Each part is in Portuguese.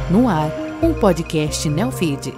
No ar, um podcast Neofeed.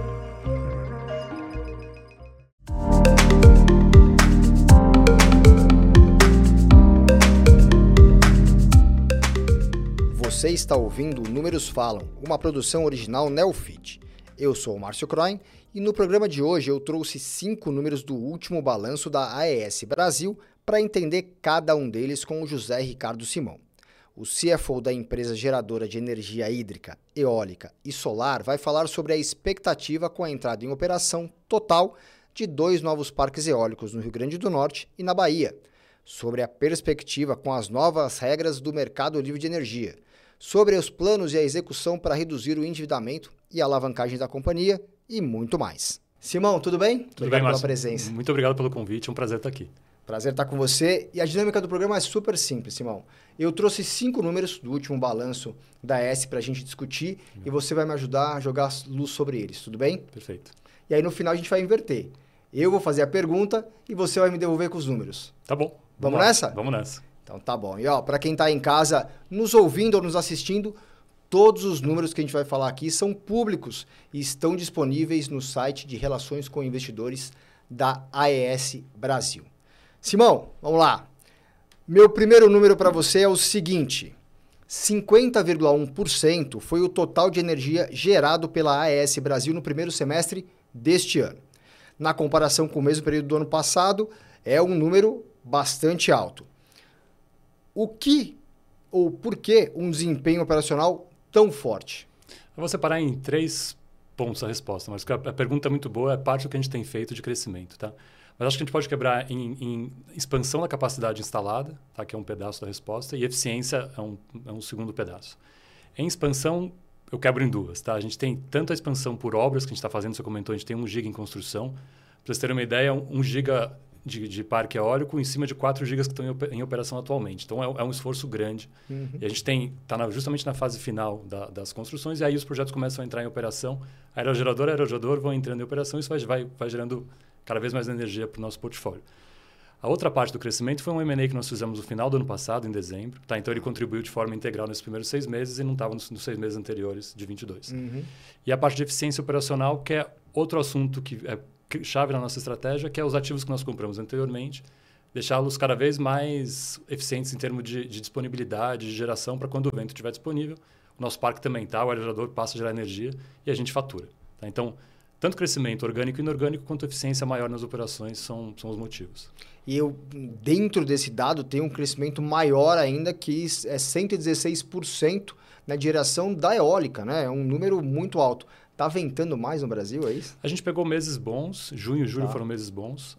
Você está ouvindo Números Falam, uma produção original Neofeed. Eu sou o Márcio Croin e no programa de hoje eu trouxe 5 números do último balanço da AES Brasil para entender cada um deles com o José Ricardo Simão. O CFO da empresa geradora de energia hídrica, eólica e solar vai falar sobre a expectativa com a entrada em operação total de 2 novos parques eólicos no Rio Grande do Norte e na Bahia, sobre a perspectiva com as novas regras do mercado livre de energia, sobre os planos e a execução para reduzir o endividamento e a alavancagem da companhia e muito mais. Simão, tudo bem? Tudo obrigado bem, pela presença. Muito obrigado pelo convite, é um prazer estar aqui. Prazer estar com você. E a dinâmica do programa é super simples, Simão. Eu trouxe 5 números do último balanço da AES para a gente discutir e você vai me ajudar a jogar luz sobre eles, tudo bem? Perfeito. E aí no final a gente vai inverter. Eu vou fazer a pergunta e você vai me devolver com os números. Tá bom. Vamos nessa? Vamos nessa. Então tá bom. E ó, para quem está em casa nos ouvindo ou nos assistindo, todos os números que a gente vai falar aqui são públicos e estão disponíveis no site de Relações com Investidores da AES Brasil. Simão, vamos lá. Meu primeiro número para você é o seguinte: 50,1% foi o total de energia gerado pela AES Brasil no primeiro semestre deste ano. Na comparação com o mesmo período do ano passado, é um número bastante alto. O que ou por que um desempenho operacional tão forte? Eu vou separar em 3 pontos a resposta, mas a pergunta é muito boa, é parte do que a gente tem feito de crescimento, tá? Mas acho que a gente pode quebrar em expansão da capacidade instalada, tá? Que é um pedaço da resposta, e eficiência é um segundo pedaço. Em expansão, eu quebro em 2. Tá? A gente tem tanto a expansão por obras que a gente está fazendo, você comentou, a gente tem 1 giga em construção. Para vocês terem uma ideia, 1 giga de parque eólico em cima de 4 gigas que estão em operação atualmente. Então, é um esforço grande. Uhum. E a gente está justamente na fase final das construções, e aí os projetos começam a entrar em operação. Aerogerador vão entrando em operação, e isso vai gerando cada vez mais energia para o nosso portfólio. A outra parte do crescimento foi um M&A que nós fizemos no final do ano passado, em dezembro. Tá? Então, ele contribuiu de forma integral nesses primeiros 6 meses e não estava nos 6 meses anteriores de 22. Uhum. E a parte de eficiência operacional, que é outro assunto que é chave na nossa estratégia, que é os ativos que nós compramos anteriormente, deixá-los cada vez mais eficientes em termos de disponibilidade, de geração, para quando o vento estiver disponível. O nosso parque também está, o aerogerador passa a gerar energia e a gente fatura. Tá? Então, tanto crescimento orgânico e inorgânico, quanto eficiência maior nas operações são os motivos. E dentro desse dado, tem um crescimento maior ainda, que é 116%, né, de geração da eólica, né? É um número muito alto. Está ventando mais no Brasil, é isso? A gente pegou meses bons, junho e julho foram meses bons.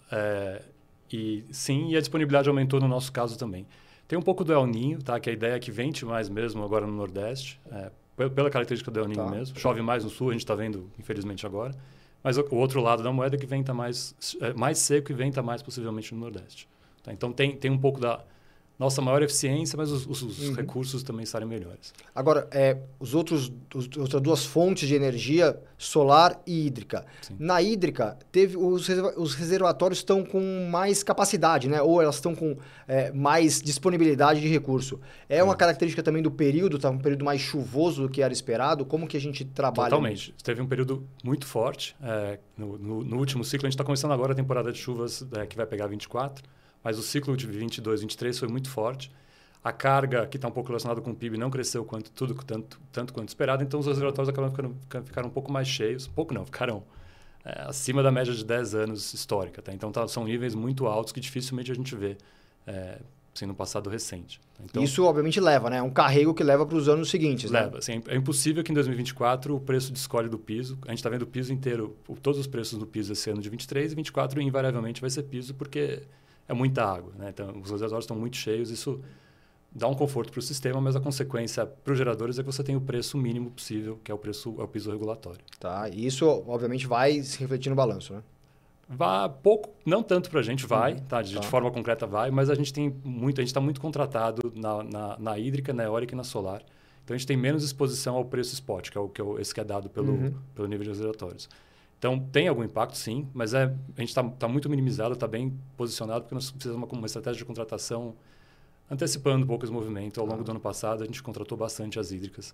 E a disponibilidade aumentou no nosso caso também. Tem um pouco do El Niño, tá? Que a ideia é que vente mais mesmo agora no Nordeste, pela característica do El Niño mesmo. Chove mais no Sul, a gente está vendo, infelizmente, agora. Mas o outro lado da moeda é que venta mais seco e venta mais possivelmente no Nordeste. Tá? Então, tem um pouco da nossa maior eficiência, mas os recursos também estarem melhores. Agora, outras 2 fontes de energia, solar e hídrica. Sim. Na hídrica, os reservatórios estão com mais capacidade, né? Ou elas estão com mais disponibilidade de recurso. É uma característica também do período, tá um período mais chuvoso do que era esperado? Como que a gente trabalha? Totalmente. Teve um período muito forte. No último ciclo, a gente está começando agora a temporada de chuvas que vai pegar 24. Mas o ciclo de 22, 23 foi muito forte. A carga, que está um pouco relacionada com o PIB, não cresceu tanto quanto esperado. Então, os reservatórios ficaram um pouco mais cheios. Ficaram acima da média de 10 anos histórica. Tá? Então, são níveis muito altos que dificilmente a gente vê no passado recente. Então, isso, obviamente, leva, né? É um carrego que leva para os anos seguintes. Leva. Né? Assim, é impossível que em 2024 o preço de escolha do piso... A gente está vendo o piso inteiro, todos os preços do piso esse ano de 23 e 24 invariavelmente vai ser piso, porque é muita água, né? Então, os reservatórios estão muito cheios, isso dá um conforto para o sistema, mas a consequência para os geradores é que você tem o preço mínimo possível, que é o piso regulatório. Tá, e isso, obviamente, vai se refletir no balanço, né? Vai pouco, não tanto para a gente, de forma concreta vai, mas a gente está muito contratado na hídrica, na eólica e na solar. Então, a gente tem menos exposição ao preço spot, esse que é dado pelo nível de reservatórios. Então, tem algum impacto, sim, mas a gente está muito minimizado, está bem posicionado, porque nós precisamos de uma estratégia de contratação antecipando um pouco esse movimento. Ao longo do ano passado, a gente contratou bastante as hídricas.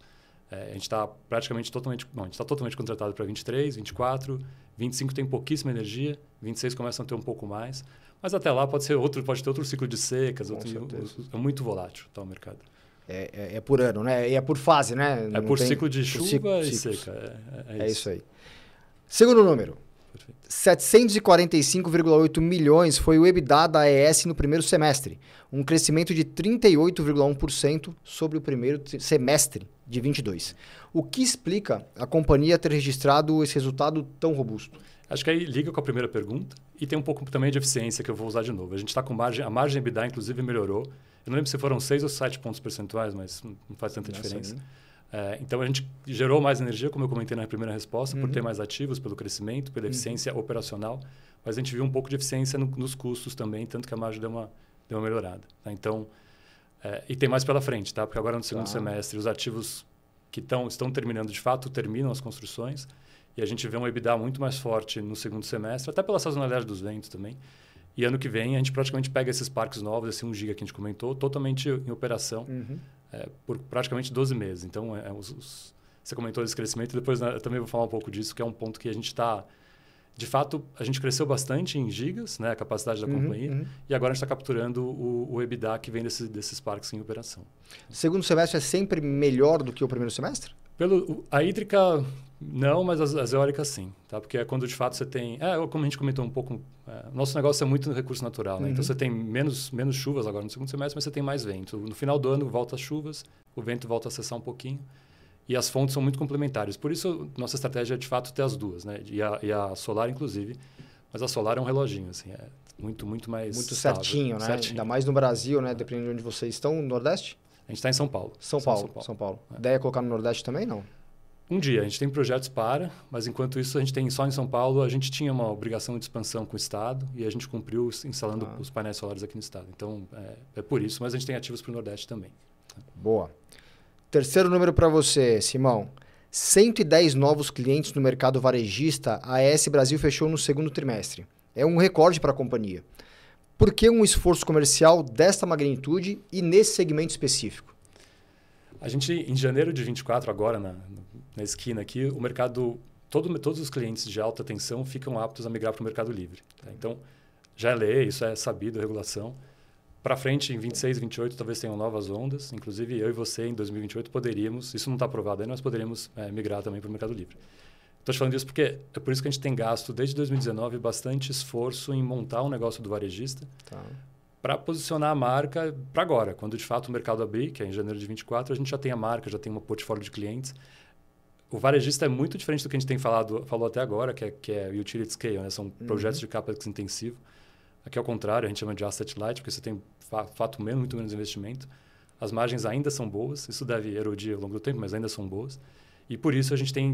A gente está praticamente totalmente contratado para 23, 24, 25 tem pouquíssima energia, 26 começam a ter um pouco mais, mas até lá pode ter outro ciclo de secas, é muito volátil tá, o mercado. É por ano, né? E é por fase, né? É por ciclo de chuva e seca. É isso aí. Segundo número. Perfeito. 745,8 milhões foi o EBITDA da AES no primeiro semestre, um crescimento de 38,1% sobre o primeiro semestre de 22. O que explica a companhia ter registrado esse resultado tão robusto? Acho que aí liga com a primeira pergunta e tem um pouco também de eficiência que eu vou usar de novo. A gente está com a margem EBITDA, inclusive, melhorou. Eu não lembro se foram 6 ou 7 pontos percentuais, mas não faz tanta diferença. Então, a gente gerou mais energia, como eu comentei na primeira resposta, por ter mais ativos, pelo crescimento, pela eficiência operacional. Mas a gente viu um pouco de eficiência nos custos também, tanto que a margem deu uma melhorada. Tá? Então, e tem mais pela frente, tá? Porque agora no segundo semestre, os ativos que estão terminando, de fato, terminam as construções. E a gente vê um EBITDA muito mais forte no segundo semestre, até pela sazonalidade dos ventos também. E ano que vem, a gente praticamente pega esses parques novos, esse 1 giga que a gente comentou, totalmente em operação por praticamente 12 meses. Então, você comentou desse crescimento, depois eu também vou falar um pouco disso, que é um ponto que a gente está... De fato, a gente cresceu bastante em gigas, né, a capacidade da companhia, e agora a gente está capturando o EBITDA que vem desses parques em operação. Segundo semestre é sempre melhor do que o primeiro semestre? A hídrica, não, mas as eólicas sim. Tá? Porque é quando de fato você tem... como a gente comentou um pouco, nosso negócio é muito no recurso natural. Né? Então você tem menos chuvas agora no segundo semestre, mas você tem mais vento. No final do ano volta as chuvas, o vento volta a cessar um pouquinho. E as fontes são muito complementares. Por isso, nossa estratégia é de fato ter as duas. Né? E a solar, inclusive. Mas a solar é um reloginho. Assim, é muito mais muito estável, certinho, né? Certinho. Ainda mais no Brasil, né? Dependendo de onde vocês estão, no Nordeste? A gente está em São Paulo. São Paulo. Ideia é colocar no Nordeste também, não? Um dia, a gente tem projetos mas enquanto isso, a gente tem só em São Paulo, a gente tinha uma obrigação de expansão com o Estado e a gente cumpriu instalando os painéis solares aqui no Estado. Então, é por isso, mas a gente tem ativos para o Nordeste também. Boa. Terceiro número para você, Simão. 110 novos clientes no mercado varejista, a AES Brasil fechou no segundo trimestre. É um recorde para a companhia. Por que um esforço comercial desta magnitude e nesse segmento específico? A gente, em janeiro de 24, agora na esquina aqui, o mercado, todos os clientes de alta tensão ficam aptos a migrar para o Mercado Livre. Tá? Então, já é lei, isso é sabido, regulação. Para frente, em 26, 28, talvez tenham novas ondas. Inclusive, eu e você, em 2028, poderíamos, isso não está aprovado ainda, mas poderíamos migrar também para o Mercado Livre. Estou te falando disso porque é por isso que a gente tem gasto, desde 2019, bastante esforço em montar um negócio do varejista para posicionar a marca para agora. Quando, de fato, o mercado abrir, que é em janeiro de 24, a gente já tem a marca, já tem um portfólio de clientes. O varejista é muito diferente do que a gente falou até agora, que é utility scale, né? São projetos de capex intensivo. Aqui, ao contrário, a gente chama de asset light, porque você tem, fato, muito menos investimento. As margens ainda são boas, isso deve erodir ao longo do tempo, mas ainda são boas. E, por isso, a gente tem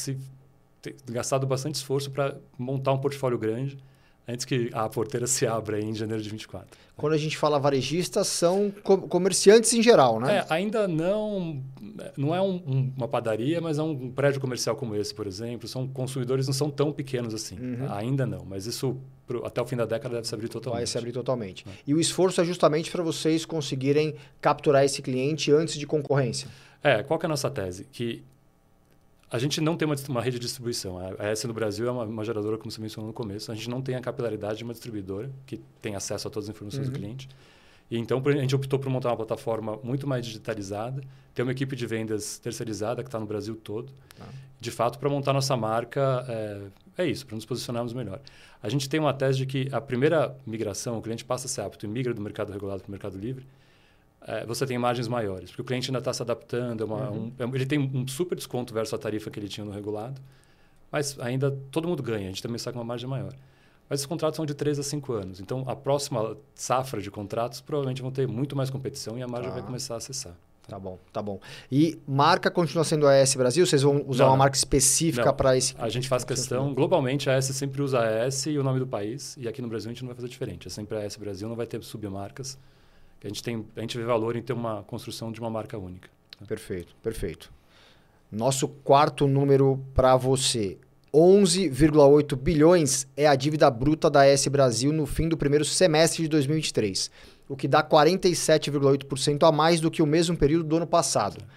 gastado bastante esforço para montar um portfólio grande antes que a porteira se abra em janeiro de 24. Quando a gente fala varejistas, são comerciantes em geral, né? Ainda não é uma padaria, mas é um prédio comercial como esse, por exemplo. São consumidores, não são tão pequenos assim. Ainda não, mas isso até o fim da década deve se abrir totalmente. Vai se abrir totalmente. E o esforço é justamente para vocês conseguirem capturar esse cliente antes de concorrência. Qual que é a nossa tese? Que a gente não tem uma rede de distribuição. A AES no Brasil é uma geradora, como você mencionou no começo. A gente não tem a capilaridade de uma distribuidora que tem acesso a todas as informações do cliente. E então, a gente optou por montar uma plataforma muito mais digitalizada, ter uma equipe de vendas terceirizada que está no Brasil todo. De fato, para montar nossa marca, é isso, para nos posicionarmos melhor. A gente tem uma tese de que a primeira migração, o cliente passa a ser apto e migra do mercado regulado para o mercado livre, você tem margens maiores, porque o cliente ainda está se adaptando, ele tem um super desconto versus a tarifa que ele tinha no regulado, mas ainda todo mundo ganha, a gente também sai com uma margem maior. Mas os contratos são de 3 a 5 anos, então a próxima safra de contratos provavelmente vão ter muito mais competição e a margem vai começar a acessar. Tá bom. E marca continua sendo a AES Brasil? Vocês vão usar uma marca específica para esse... A gente faz questão... Globalmente, a AES sempre usa a AES e o nome do país. E aqui no Brasil, a gente não vai fazer diferente. É sempre a AES Brasil, não vai ter submarcas. A gente vê valor em ter uma construção de uma marca única. Tá? Perfeito. Nosso quarto número para você. 11,8 bilhões é a dívida bruta da AES Brasil no fim do primeiro semestre de 2023. O que dá 47,8% a mais do que o mesmo período do ano passado.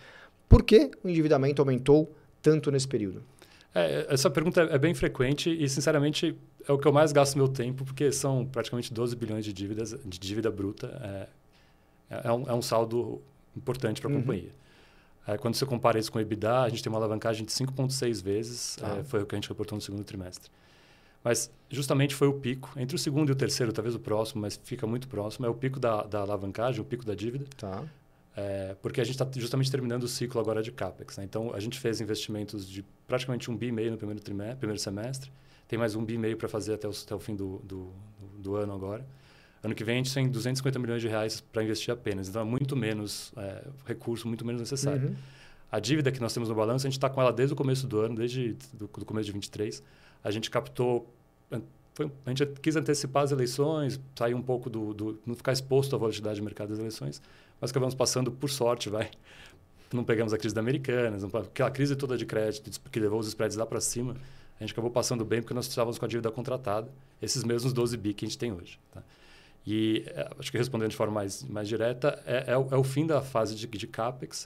Por que o endividamento aumentou tanto nesse período? Essa pergunta é bem frequente e, sinceramente, é o que eu mais gasto meu tempo, porque são praticamente 12 bilhões de dívida bruta. É um saldo importante para a companhia. Quando você compara isso com o EBITDA, a gente tem uma alavancagem de 5,6 vezes, foi o que a gente reportou no segundo trimestre. Mas, justamente, foi o pico. Entre o segundo e o terceiro, talvez o próximo, mas fica muito próximo, é o pico da alavancagem, o pico da dívida. Tá. Porque a gente está justamente terminando o ciclo agora de CAPEX. Né? Então, a gente fez investimentos de praticamente 1,5 bi no primeiro semestre. Tem mais 1,5 bi para fazer até o fim do ano agora. Ano que vem, a gente tem 250 milhões de reais para investir apenas. Então, é muito menos recurso, muito menos necessário. A dívida que nós temos no balanço, a gente está com ela desde o começo do ano, desde o começo de 23. A gente captou... a gente quis antecipar as eleições, sair um pouco não ficar exposto à volatilidade do mercado das eleições, mas acabamos passando, por sorte, não pegamos a crise da Americanas, aquela crise toda de crédito que levou os spreads lá para cima, a gente acabou passando bem porque nós estávamos com a dívida contratada, esses mesmos 12 bi que a gente tem hoje. Tá? E acho que respondendo de forma mais direta, é o fim da fase de CAPEX,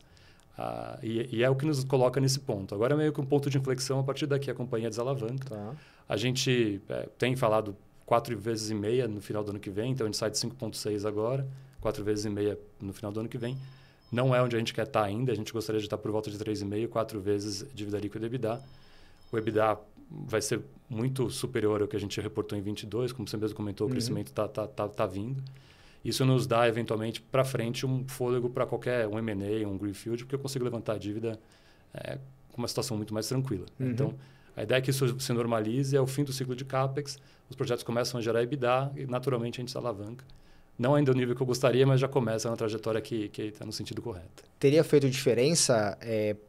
e é o que nos coloca nesse ponto. Agora é meio que um ponto de inflexão, a partir daqui a companhia desalavanca. Tá. A gente tem falado 4,5 vezes no final do ano que vem, então a gente sai de 5,6 agora, 4,5 vezes no final do ano que vem. Não é onde a gente quer estar ainda, a gente gostaria de estar por volta de 3,5, 4 vezes dívida líquida e EBITDA. O EBITDA vai ser muito superior ao que a gente reportou em 22, como você mesmo comentou, o crescimento está vindo. Isso nos dá, eventualmente, para frente, um fôlego para qualquer um M&A, um greenfield, porque eu consigo levantar a dívida com uma situação muito mais tranquila. Então, a ideia é que isso se normalize, é o fim do ciclo de CAPEX, os projetos começam a gerar EBITDA e, naturalmente, a gente se alavanca. Não ainda no nível que eu gostaria, mas já começa na trajetória que está no sentido correto. Teria feito diferença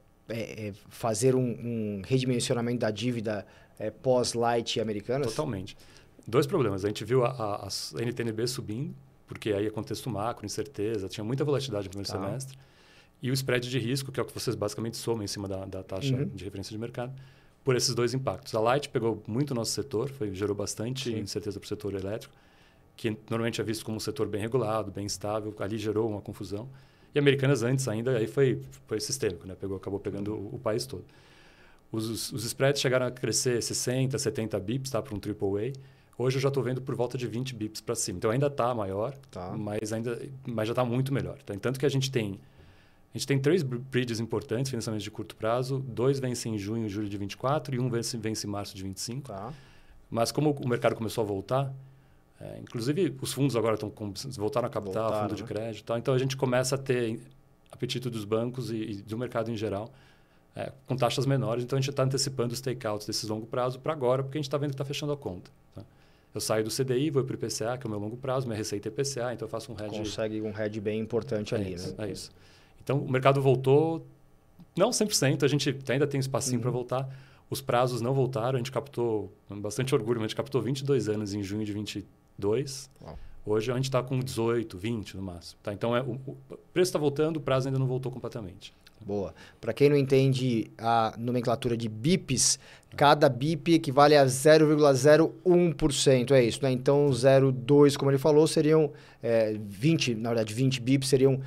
fazer um redimensionamento da dívida pós-Light Americanas? Totalmente. 2 problemas. A gente viu a NTNB subindo, porque aí é contexto macro, incerteza, tinha muita volatilidade no primeiro semestre. E o spread de risco, que é o que vocês basicamente somam em cima da taxa de referência de mercado, por esses 2 impactos. A Light pegou muito o nosso setor, gerou bastante incerteza para o setor elétrico, que normalmente é visto como um setor bem regulado, bem estável, ali gerou uma confusão. E Americanas antes ainda, aí foi sistêmico, né? Acabou pegando o país todo. Os spreads chegaram a crescer 60, 70 bips, tá? Para um AAA. Hoje eu já estou vendo por volta de 20 bips para cima. Então ainda está maior, mas já está muito melhor. Tá? Tanto que a gente tem 3 bridges importantes, financiamentos de curto prazo. 2 vencem em junho e julho de 24 e 1 vence em março de 25. Tá. Mas como o mercado começou a voltar, inclusive os fundos agora voltaram a captar, fundo de crédito. Tá? Então a gente começa a ter apetite dos bancos e do mercado em geral com taxas menores. Então a gente está antecipando os takeouts desses longo prazo para agora, porque a gente está vendo que está fechando a conta. Tá? Eu saio do CDI, vou para o IPCA, que é o meu longo prazo, minha receita é IPCA, então eu faço um hedge. Consegue um hedge bem importante ali, isso, né? É isso. Então, o mercado voltou, não 100%, a gente ainda tem espacinho para voltar. Os prazos não voltaram, a gente captou, com bastante orgulho, mas a gente captou 22 anos em junho de 22. Uau. Hoje a gente está com 18, 20 no máximo. Tá? Então, o preço está voltando, o prazo ainda não voltou completamente. Boa. Para quem não entende a nomenclatura de bips, cada bip equivale a 0,01%, é isso, né? Então, 0,2, como ele falou, seriam 20 bips seriam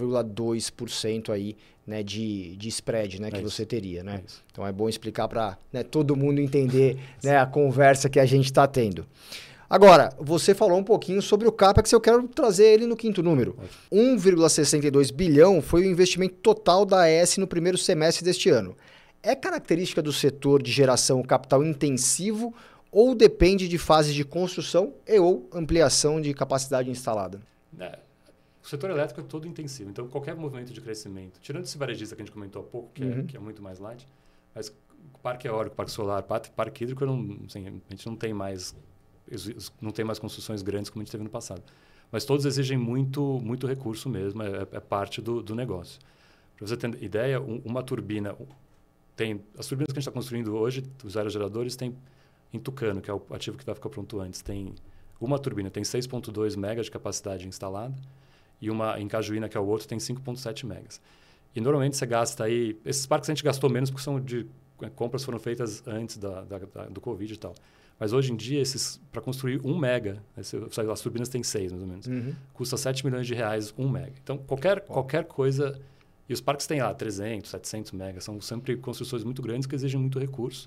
0,2% aí, né, de spread, né, que você teria, né? Então, é bom explicar para todo mundo entender né, a conversa que a gente está tendo. Agora, você falou um pouquinho sobre o CAPEX, eu quero trazer ele no quinto número. 1,62 bilhão foi o investimento total da AES no primeiro semestre deste ano. É característica do setor de geração capital intensivo ou depende de fases de construção ou ampliação de capacidade instalada? O setor elétrico é todo intensivo, então qualquer movimento de crescimento, tirando esse varejista que a gente comentou há pouco, que é muito mais light, mas parque eólico, parque solar, parque hídrico, a gente não tem mais construções grandes como a gente teve no passado. Mas todos exigem muito recurso mesmo, é parte do negócio. Para você ter ideia, uma turbina... As turbinas que a gente está construindo hoje, os aerogeradores, tem em Tucano, que é o ativo que vai ficar pronto antes, tem uma turbina, tem 6,2 megas de capacidade instalada, e uma em Cajuína, que é o outro, tem 5,7 megas. E normalmente você gasta aí... Esses parques a gente gastou menos porque são compras foram feitas antes do Covid e tal. Mas hoje em dia, para construir 1 mega, as turbinas têm 6 mais ou menos, custa 7 milhões de reais 1 mega. Então, qualquer coisa... E os parques têm lá 300, 700 megas. São sempre construções muito grandes que exigem muito recurso.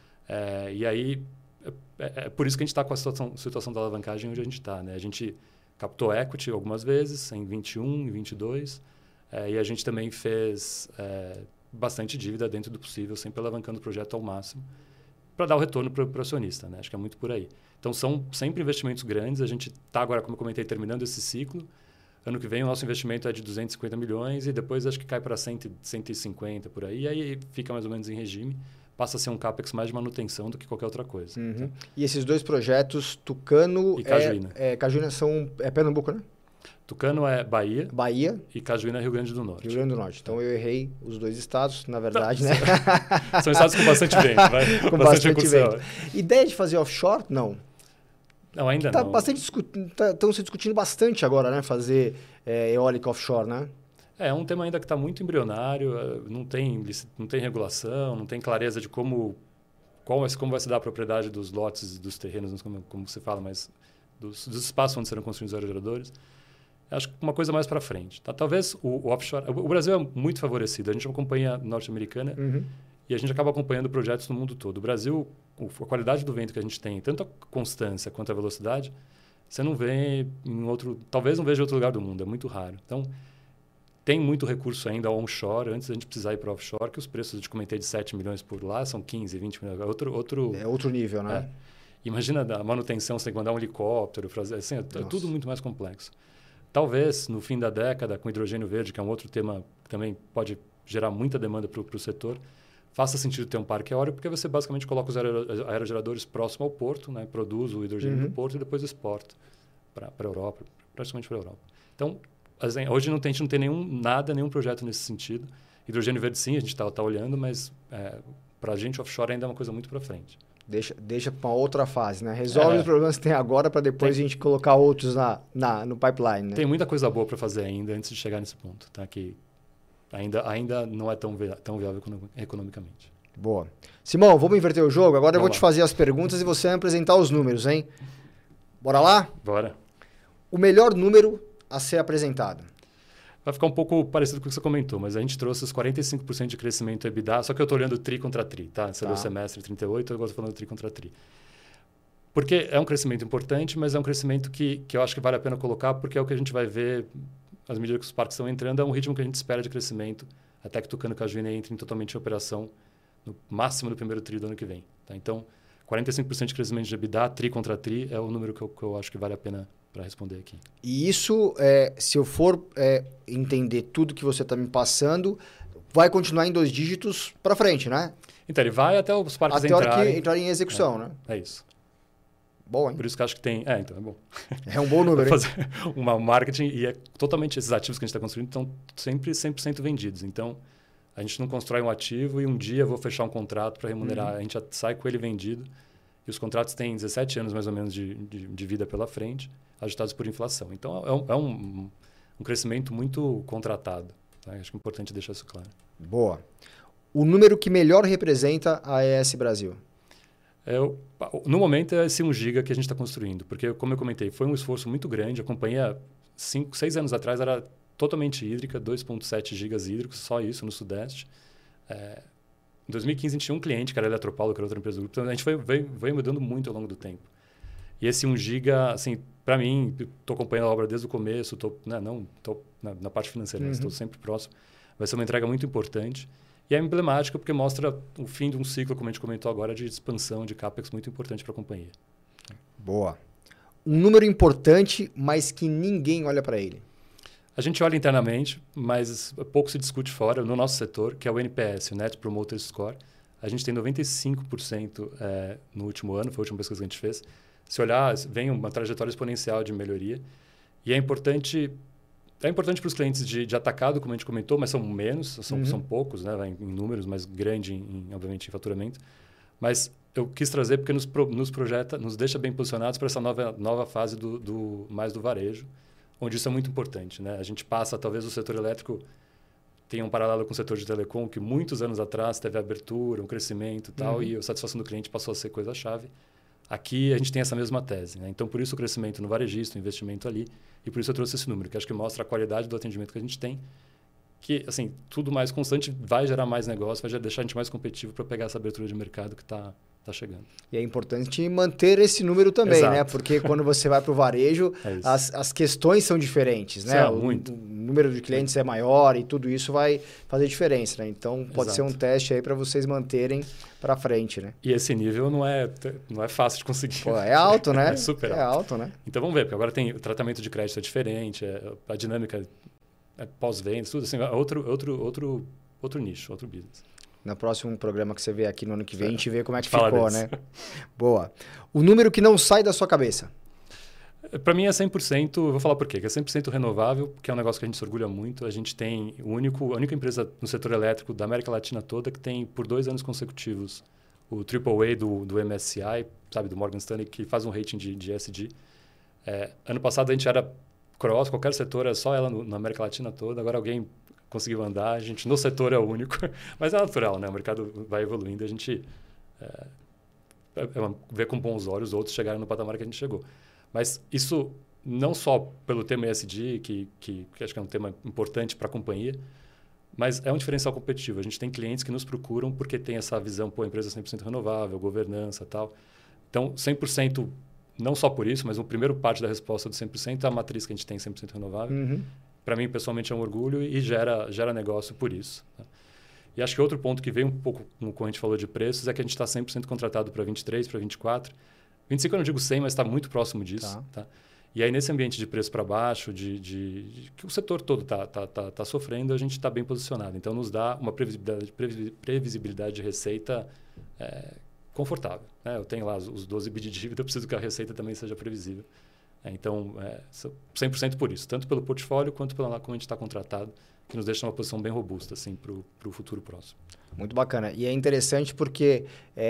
E aí, é por isso que a gente está com a situação da alavancagem onde a gente está. Né? A gente captou equity algumas vezes, em 21, em 22. E a gente também fez bastante dívida dentro do possível, sempre alavancando o projeto ao máximo, para dar o retorno para o acionista. Né? Acho que é muito por aí. Então, são sempre investimentos grandes. A gente está agora, como eu comentei, terminando esse ciclo. Ano que vem, o nosso investimento é de 250 milhões e depois acho que cai para 150 por aí. E aí fica mais ou menos em regime. Passa a ser um CAPEX mais de manutenção do que qualquer outra coisa. Tá? E esses dois projetos, Tucano e Cajuína. Cajuína é Pernambuco, né? Tucano é Bahia. Bahia. E Cajuína é Rio Grande do Norte. Rio Grande do Norte. Então eu errei os dois estados, na verdade, né? São estados com bastante vento, com bastante vento. Ideia de fazer offshore? Não. Não, ainda não. Estão se discutindo bastante agora, né? Fazer eólica offshore, né? É um tema ainda que está muito embrionário, não tem regulação, não tem clareza de como vai se dar a propriedade dos lotes, dos terrenos, como se fala, mas dos espaços onde serão construídos os aerogeradores. Acho que uma coisa mais para frente. Tá? Talvez o offshore... O Brasil é muito favorecido. A gente é uma companhia norte-americana e a gente acaba acompanhando projetos no mundo todo. O Brasil, a qualidade do vento que a gente tem, tanto a constância quanto a velocidade, você não vê em outro... Talvez não veja em outro lugar do mundo. É muito raro. Então, tem muito recurso ainda onshore, antes da gente precisar ir para offshore, que os preços, eu te comentei, de 7 milhões por lá, são 15, 20 milhões. É outro nível, né? Imagina a manutenção, você tem que mandar um helicóptero, assim, é tudo muito mais complexo. Talvez, no fim da década, com hidrogênio verde, que é um outro tema que também pode gerar muita demanda para o setor, faça sentido ter um parque eólico, porque você basicamente coloca os aerogeradores próximo ao porto, né? Produz o hidrogênio no porto e depois exporta para a Europa, praticamente para a Europa. Então, assim, hoje a gente não tem nenhum projeto nesse sentido. Hidrogênio verde, sim, a gente está olhando, mas para a gente, offshore ainda é uma coisa muito para frente. Deixa para uma outra fase, né? Resolve os problemas que tem agora para depois a gente colocar outros no pipeline, né? Tem muita coisa boa para fazer ainda antes de chegar nesse ponto, tá? Que ainda não é tão viável economicamente. Boa. Simão, vamos inverter o jogo? Agora eu vou te fazer as perguntas e você vai apresentar os números, hein? Bora lá? Bora. O melhor número a ser apresentado. Vai ficar um pouco parecido com o que você comentou, mas a gente trouxe os 45% de crescimento EBITDA, só que eu estou olhando tri contra tri, tá? Você deu o semestre 38, eu agora estou falando tri contra tri. Porque é um crescimento importante, mas é um crescimento que eu acho que vale a pena colocar, porque é o que a gente vai ver, às medida que os parques estão entrando, é um ritmo que a gente espera de crescimento, até que Tucano e Cajuína entrem totalmente em operação no máximo no primeiro tri do ano que vem. Tá? Então, 45% de crescimento de EBITDA, tri contra tri, é o número que eu acho que vale a pena para responder aqui. E isso, se eu for entender tudo que você está me passando, vai continuar em 2 dígitos para frente, né? Então, ele vai até os parques entrarem. Até a hora que entrarem em execução, né? É isso. Bom, hein? Por isso que eu acho que tem... então é bom. É um bom número, hein? Fazer uma marketing e totalmente esses ativos que a gente está construindo estão sempre 100% vendidos. Então, a gente não constrói um ativo e um dia eu vou fechar um contrato para remunerar. A gente já sai com ele vendido. E os contratos têm 17 anos mais ou menos de vida pela frente, ajustados por inflação. Então, é um crescimento muito contratado. Tá? Acho que é importante deixar isso claro. Boa. O número que melhor representa a AES Brasil? No momento, é esse 1 giga que a gente está construindo. Porque, como eu comentei, foi um esforço muito grande. A companhia, 6 anos atrás, era totalmente hídrica, 2,7 gigas hídricos, só isso no Sudeste. Em 2015, a gente tinha um cliente, que era a Eletropaulo, que era outra empresa do grupo. Então, a gente veio mudando muito ao longo do tempo. E esse 1 giga, assim, para mim, estou acompanhando a obra desde o começo, estou na parte financeira, estou sempre próximo. Vai ser uma entrega muito importante. E é emblemática porque mostra o fim de um ciclo, como a gente comentou agora, de expansão de CAPEX muito importante para a companhia. Boa. Um número importante, mas que ninguém olha para ele. A gente olha internamente, mas pouco se discute fora, no nosso setor, que é o NPS, o Net Promoter Score. A gente tem 95% no último ano, foi a última pesquisa que a gente fez. Se olhar, vem uma trajetória exponencial de melhoria. E é importante para os clientes de atacado, como a gente comentou, mas são menos, são poucos, né, em números, mas grande, obviamente, em faturamento. Mas eu quis trazer porque nos projeta, nos deixa bem posicionados para essa nova fase mais do varejo, onde isso é muito importante. Né? A gente passa, talvez o setor elétrico tenha um paralelo com o setor de telecom, que muitos anos atrás teve abertura, um crescimento e tal, e a satisfação do cliente passou a ser coisa-chave. Aqui a gente tem essa mesma tese. Né? Então, por isso o crescimento no varejista, o investimento ali, e por isso eu trouxe esse número, que acho que mostra a qualidade do atendimento que a gente tem que, assim, tudo mais constante vai gerar mais negócio, vai deixar a gente mais competitivo para pegar essa abertura de mercado que está chegando. E é importante manter esse número também, Exato. né? Porque quando você vai para o varejo, as questões são diferentes, né? Muito. O número de clientes é maior e tudo isso vai fazer diferença, né? Então, pode ser um teste aí para vocês manterem para frente, né? E esse nível não é fácil de conseguir. Pô, é alto, né? É super alto. É alto, né? Então, vamos ver, porque agora tem o tratamento de crédito é diferente, a dinâmica é pós-venda, tudo assim, é outro nicho, outro business. No próximo programa que você vê aqui no ano que vem, a gente vê como é que Fala ficou, desse. né? Boa. O número que não sai da sua cabeça. Para mim é 100%, vou falar por quê, que é 100% renovável, que é um negócio que a gente se orgulha muito. A gente tem a única empresa no setor elétrico da América Latina toda que tem, por 2 anos consecutivos, o AAA do MSCI, sabe, do Morgan Stanley, que faz um rating de ESG. Ano passado a gente era cross, qualquer setor, era só ela na América Latina toda. Agora alguém conseguiu andar, a gente no setor é o único, mas é natural, né? O mercado vai evoluindo, a gente vê com bons olhos outros chegarem no patamar que a gente chegou. Mas isso não só pelo tema ESG, que acho que é um tema importante para a companhia, mas é um diferencial competitivo. A gente tem clientes que nos procuram porque tem essa visão, pô, empresa 100% renovável, governança e tal. Então, 100%, não só por isso, mas o primeiro parte da resposta do 100% é a matriz que a gente tem 100% renovável. Uhum. Para mim, pessoalmente, é um orgulho e gera negócio por isso. Né? E acho que outro ponto que veio um pouco, como a gente falou de preços, é que a gente está 100% contratado para 23, para 24. 25 eu não digo 100, mas está muito próximo disso. Tá? E aí, nesse ambiente de preço para baixo, que o setor todo está sofrendo, a gente está bem posicionado. Então, nos dá uma previsibilidade de receita confortável. Né? Eu tenho lá os 12 bi de dívida, eu preciso que a receita também seja previsível. Então, 100% por isso, tanto pelo portfólio quanto como a gente está contratado, que nos deixa numa posição bem robusta assim, para o futuro próximo. Muito bacana. E é interessante porque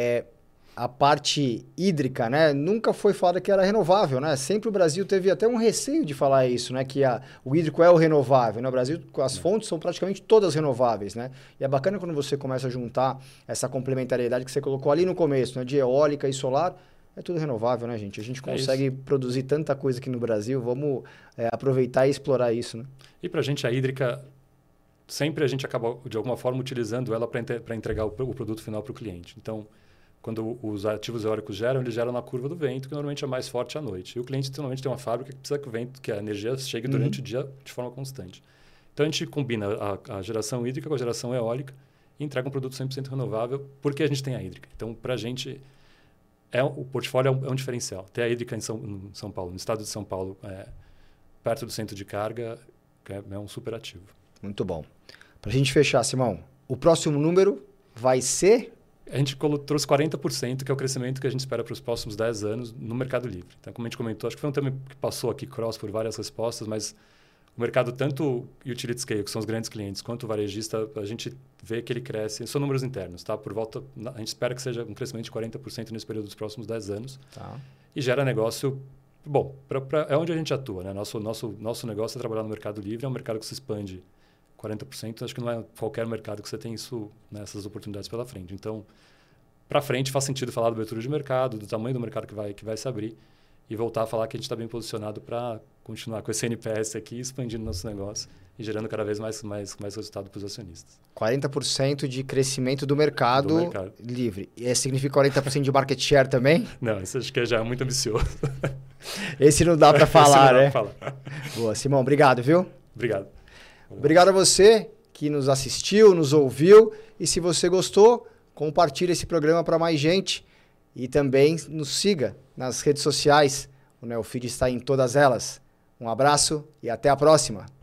a parte hídrica, né, nunca foi falada que era renovável, né? Sempre o Brasil teve até um receio de falar isso, né? Que o hídrico é o renovável. No Brasil, as fontes são praticamente todas renováveis, né? E é bacana quando você começa a juntar essa complementariedade que você colocou ali no começo, né? De eólica e solar. É tudo renovável, né, gente? A gente consegue produzir tanta coisa aqui no Brasil. Vamos aproveitar e explorar isso, né? E para a gente, a hídrica, sempre a gente acaba, de alguma forma, utilizando ela para entregar o produto final para o cliente. Então, quando os ativos eólicos geram, eles geram na curva do vento, que normalmente é mais forte à noite. E o cliente, normalmente, tem uma fábrica que precisa que a energia chegue durante o dia de forma constante. Então, a gente combina a geração hídrica com a geração eólica e entrega um produto 100% renovável porque a gente tem a hídrica. Então, para a gente... o portfólio é um diferencial. Ter a hídrica em São Paulo, no estado de São Paulo, perto do centro de carga, é um super ativo. Muito bom. Para a gente fechar, Simão, o próximo número vai ser? A gente trouxe 40%, que é o crescimento que a gente espera para os próximos 10 anos no mercado livre. Então, como a gente comentou, acho que foi um tema que passou aqui cross por várias respostas, mas o mercado, tanto utility scale, que são os grandes clientes, quanto o varejista, a gente vê que ele cresce. São números internos, tá? A gente espera que seja um crescimento de 40% nesse período dos próximos 10 anos. Tá. E gera negócio... Bom, é onde a gente atua, né? Nosso negócio é trabalhar no mercado livre, é um mercado que se expande 40%. Acho que não é qualquer mercado que você tem isso, né, essas oportunidades pela frente. Então, para frente, faz sentido falar da abertura de mercado, do tamanho do mercado que vai se abrir e voltar a falar que a gente está bem posicionado para continuar com esse NPS aqui, expandindo nosso negócio e gerando cada vez mais resultado para os acionistas. 40% de crescimento do mercado livre. E significa 40% de market share também? Não, isso acho que já é muito ambicioso. Esse não dá para falar, né? Pra falar. Boa, Simão, obrigado, viu? Obrigado. Obrigado a você que nos assistiu, nos ouviu. E se você gostou, compartilhe esse programa para mais gente. E também nos siga nas redes sociais. O Neofeed está em todas elas. Um abraço e até a próxima.